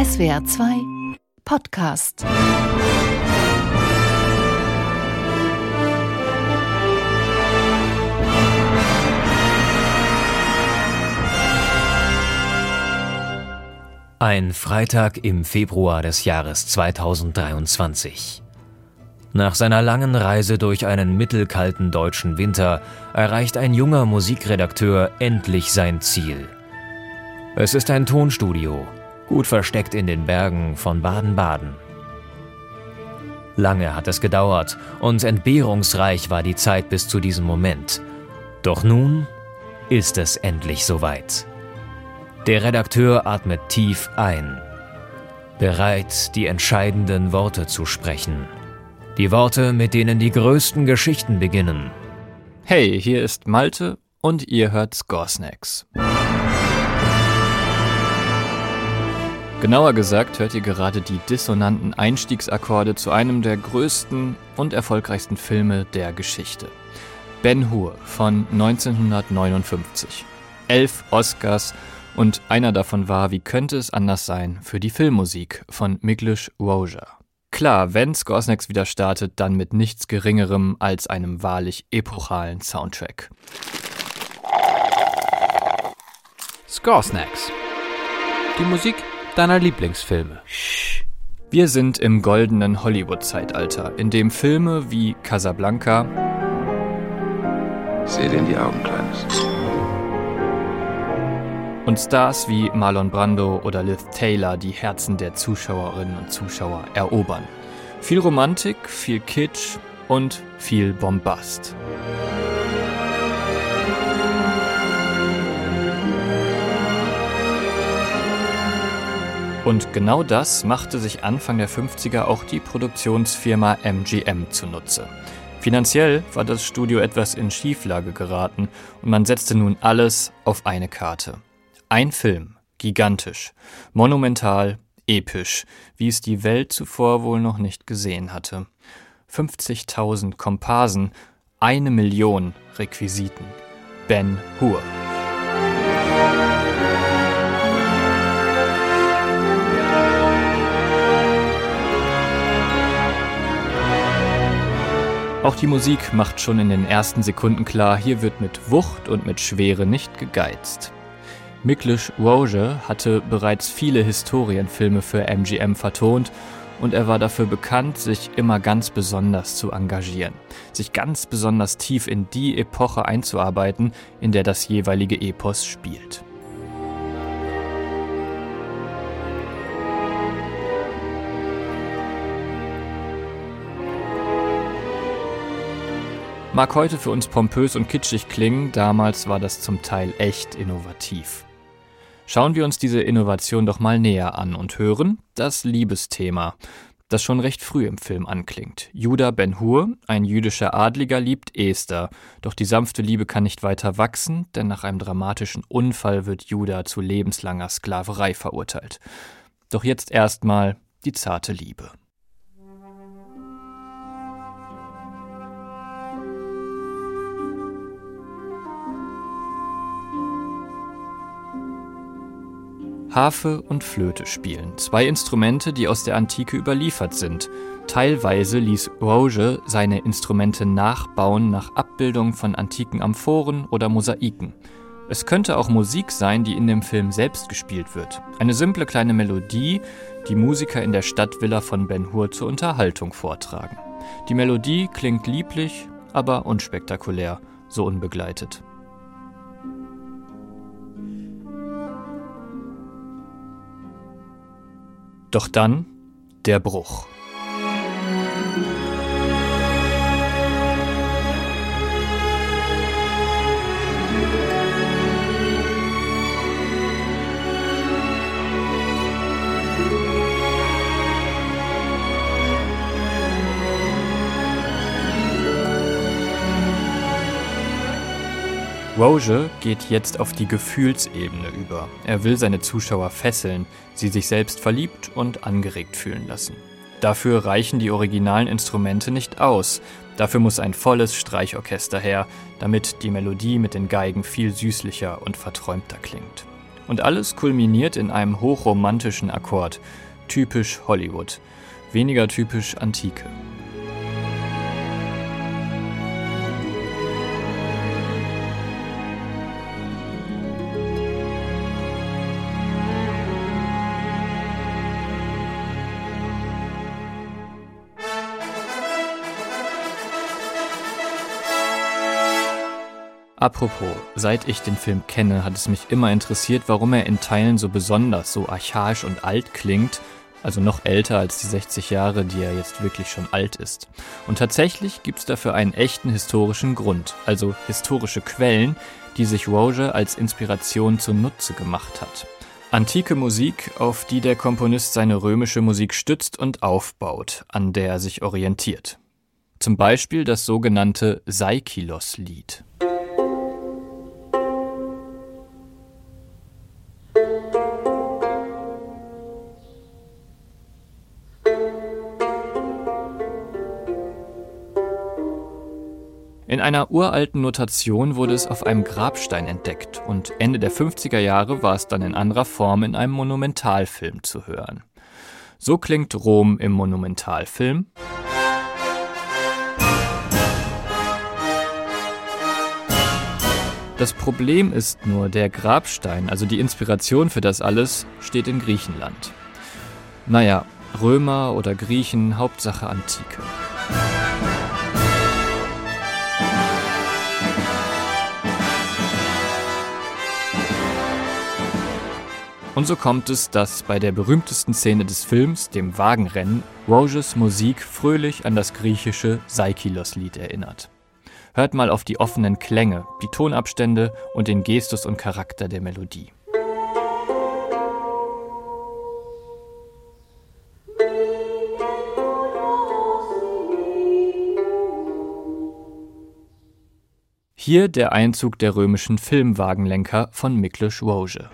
SWR 2 Podcast. Ein Freitag im Februar des Jahres 2023. Nach seiner langen Reise durch einen mittelkalten deutschen Winter erreicht ein junger Musikredakteur endlich sein Ziel. Es ist ein Tonstudio, gut versteckt in den Bergen von Baden-Baden. Lange hat es gedauert und entbehrungsreich war die Zeit bis zu diesem Moment. Doch nun ist es endlich soweit. Der Redakteur atmet tief ein, bereit, die entscheidenden Worte zu sprechen. Die Worte, mit denen die größten Geschichten beginnen. Hey, hier ist Malte und ihr hört Scoresnacks. Genauer gesagt hört ihr gerade die dissonanten Einstiegsakkorde zu einem der größten und erfolgreichsten Filme der Geschichte. Ben-Hur von 1959. 11 Oscars und einer davon war, wie könnte es anders sein, für die Filmmusik von Miklos Rozsa. Klar, wenn Scoresnacks wieder startet, dann mit nichts Geringerem als einem wahrlich epochalen Soundtrack. Scoresnacks. Die Musik deiner Lieblingsfilme. Wir sind im goldenen Hollywood-Zeitalter, in dem Filme wie Casablanca, Seh dir in die Augen, Kleines. und Stars wie Marlon Brando oder Liv Taylor die Herzen der Zuschauerinnen und Zuschauer erobern. Viel Romantik, viel Kitsch und viel Bombast. Und genau das machte sich Anfang der 50er auch die Produktionsfirma MGM zunutze. Finanziell war das Studio etwas in Schieflage geraten und man setzte nun alles auf eine Karte. Ein Film, gigantisch, monumental, episch, wie es die Welt zuvor wohl noch nicht gesehen hatte. 50.000 Komparsen, 1 Million Requisiten. Ben-Hur. Auch die Musik macht schon in den ersten Sekunden klar, hier wird mit Wucht und mit Schwere nicht gegeizt. Miklos Rozsa hatte bereits viele Historienfilme für MGM vertont und er war dafür bekannt, sich immer ganz besonders zu engagieren, sich ganz besonders tief in die Epoche einzuarbeiten, in der das jeweilige Epos spielt. Mag heute für uns pompös und kitschig klingen, damals war das zum Teil echt innovativ. Schauen wir uns diese Innovation doch mal näher an und hören das Liebesthema, das schon recht früh im Film anklingt. Judah Ben-Hur, ein jüdischer Adliger, liebt Esther, doch die sanfte Liebe kann nicht weiter wachsen, denn nach einem dramatischen Unfall wird Judah zu lebenslanger Sklaverei verurteilt. Doch jetzt erstmal die zarte Liebe. Harfe und Flöte spielen, 2 Instrumente, die aus der Antike überliefert sind. Teilweise ließ Rozsa seine Instrumente nachbauen nach Abbildung von antiken Amphoren oder Mosaiken. Es könnte auch Musik sein, die in dem Film selbst gespielt wird. Eine simple kleine Melodie, die Musiker in der Stadtvilla von Ben-Hur zur Unterhaltung vortragen. Die Melodie klingt lieblich, aber unspektakulär, so unbegleitet. Doch dann der Bruch. Rozsa geht jetzt auf die Gefühlsebene über. Er will seine Zuschauer fesseln, sie sich selbst verliebt und angeregt fühlen lassen. Dafür reichen die originalen Instrumente nicht aus. Dafür muss ein volles Streichorchester her, damit die Melodie mit den Geigen viel süßlicher und verträumter klingt. Und alles kulminiert in einem hochromantischen Akkord. Typisch Hollywood. Weniger typisch Antike. Apropos, seit ich den Film kenne, hat es mich immer interessiert, warum er in Teilen so besonders, so archaisch und alt klingt, also noch älter als die 60 Jahre, die er jetzt wirklich schon alt ist. Und tatsächlich gibt es dafür einen echten historischen Grund, also historische Quellen, die sich Roger als Inspiration zunutze gemacht hat. Antike Musik, auf die der Komponist seine römische Musik stützt und aufbaut, an der er sich orientiert. Zum Beispiel das sogenannte Saikilos-Lied. In einer uralten Notation wurde es auf einem Grabstein entdeckt und Ende der 50er Jahre war es dann in anderer Form in einem Monumentalfilm zu hören. So klingt Rom im Monumentalfilm. Das Problem ist nur, der Grabstein, also die Inspiration für das alles, steht in Griechenland. Naja, Römer oder Griechen, Hauptsache Antike. Und so kommt es, dass bei der berühmtesten Szene des Films, dem Wagenrennen, Rogers Musik fröhlich an das griechische Saikilos-Lied erinnert. Hört mal auf die offenen Klänge, die Tonabstände und den Gestus und Charakter der Melodie. Hier der Einzug der römischen Filmwagenlenker von Miklos Roger.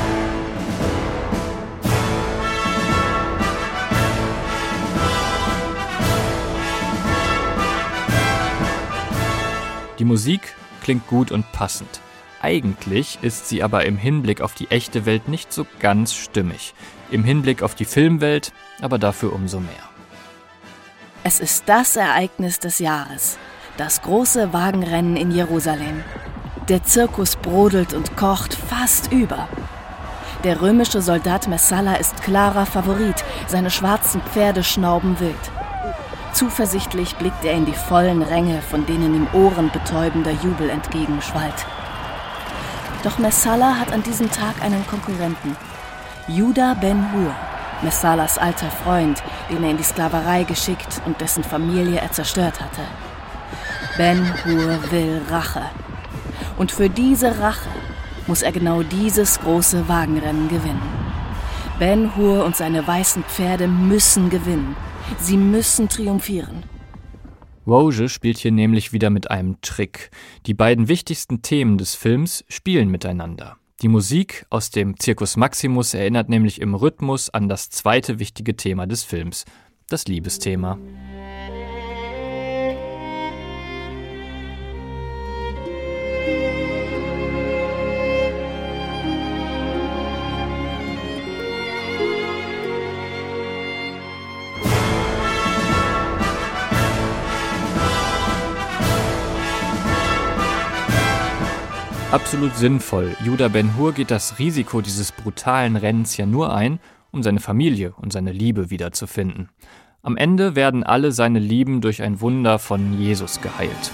Die Musik klingt gut und passend. Eigentlich ist sie aber im Hinblick auf die echte Welt nicht so ganz stimmig. Im Hinblick auf die Filmwelt aber dafür umso mehr. Es ist das Ereignis des Jahres. Das große Wagenrennen in Jerusalem. Der Zirkus brodelt und kocht fast über. Der römische Soldat Messala ist klarer Favorit. Seine schwarzen Pferde schnauben wild. Zuversichtlich blickt er in die vollen Ränge, von denen ihm ohrenbetäubender Jubel entgegenschwallt. Doch Messala hat an diesem Tag einen Konkurrenten. Judah Ben-Hur, Messalas alter Freund, den er in die Sklaverei geschickt und dessen Familie er zerstört hatte. Ben-Hur will Rache. Und für diese Rache muss er genau dieses große Wagenrennen gewinnen. Ben-Hur und seine weißen Pferde müssen gewinnen. Sie müssen triumphieren. Roger spielt hier nämlich wieder mit einem Trick. Die beiden wichtigsten Themen des Films spielen miteinander. Die Musik aus dem Circus Maximus erinnert nämlich im Rhythmus an das zweite wichtige Thema des Films, das Liebesthema. Absolut sinnvoll. Judah Ben-Hur geht das Risiko dieses brutalen Rennens ja nur ein, um seine Familie und seine Liebe wiederzufinden. Am Ende werden alle seine Lieben durch ein Wunder von Jesus geheilt.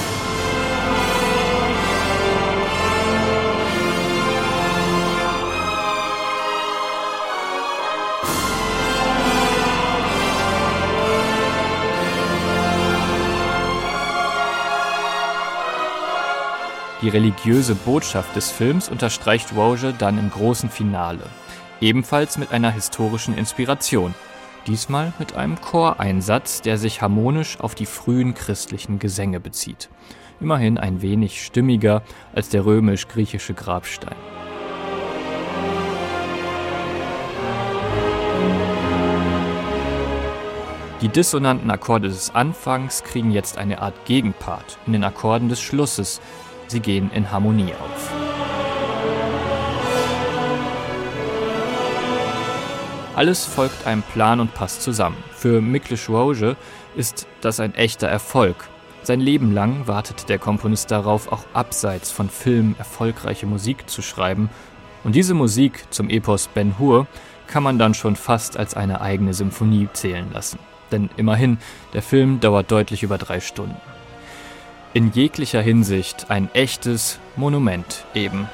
Die religiöse Botschaft des Films unterstreicht Roger dann im großen Finale. Ebenfalls mit einer historischen Inspiration. Diesmal mit einem Choreinsatz, der sich harmonisch auf die frühen christlichen Gesänge bezieht. Immerhin ein wenig stimmiger als der römisch-griechische Grabstein. Die dissonanten Akkorde des Anfangs kriegen jetzt eine Art Gegenpart in den Akkorden des Schlusses. Sie gehen in Harmonie auf. Alles folgt einem Plan und passt zusammen. Für Miklos Rozsa ist das ein echter Erfolg. Sein Leben lang wartet der Komponist darauf, auch abseits von Filmen erfolgreiche Musik zu schreiben. Und diese Musik zum Epos Ben-Hur kann man dann schon fast als eine eigene Symphonie zählen lassen. Denn immerhin, der Film dauert deutlich über 3 Stunden. In jeglicher Hinsicht ein echtes Monument eben.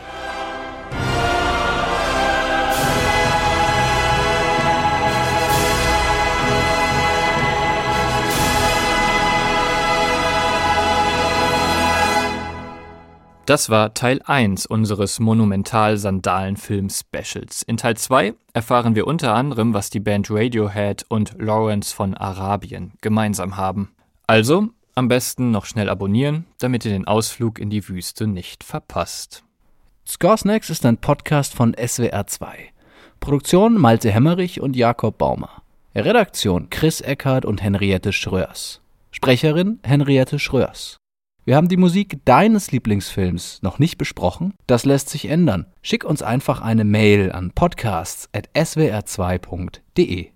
Das war Teil 1 unseres Monumental-Sandalen-Film-Specials. In Teil 2 erfahren wir unter anderem, was die Band Radiohead und Lawrence von Arabien gemeinsam haben. Also am besten noch schnell abonnieren, damit ihr den Ausflug in die Wüste nicht verpasst. Scoresnacks ist ein Podcast von SWR 2. Produktion Malte Hemmerich und Jakob Baumer. Redaktion Chris Eckhardt und Henriette Schröers. Sprecherin Henriette Schröers. Wir haben die Musik deines Lieblingsfilms noch nicht besprochen. Das lässt sich ändern. Schick uns einfach eine Mail an podcasts@swr2.de.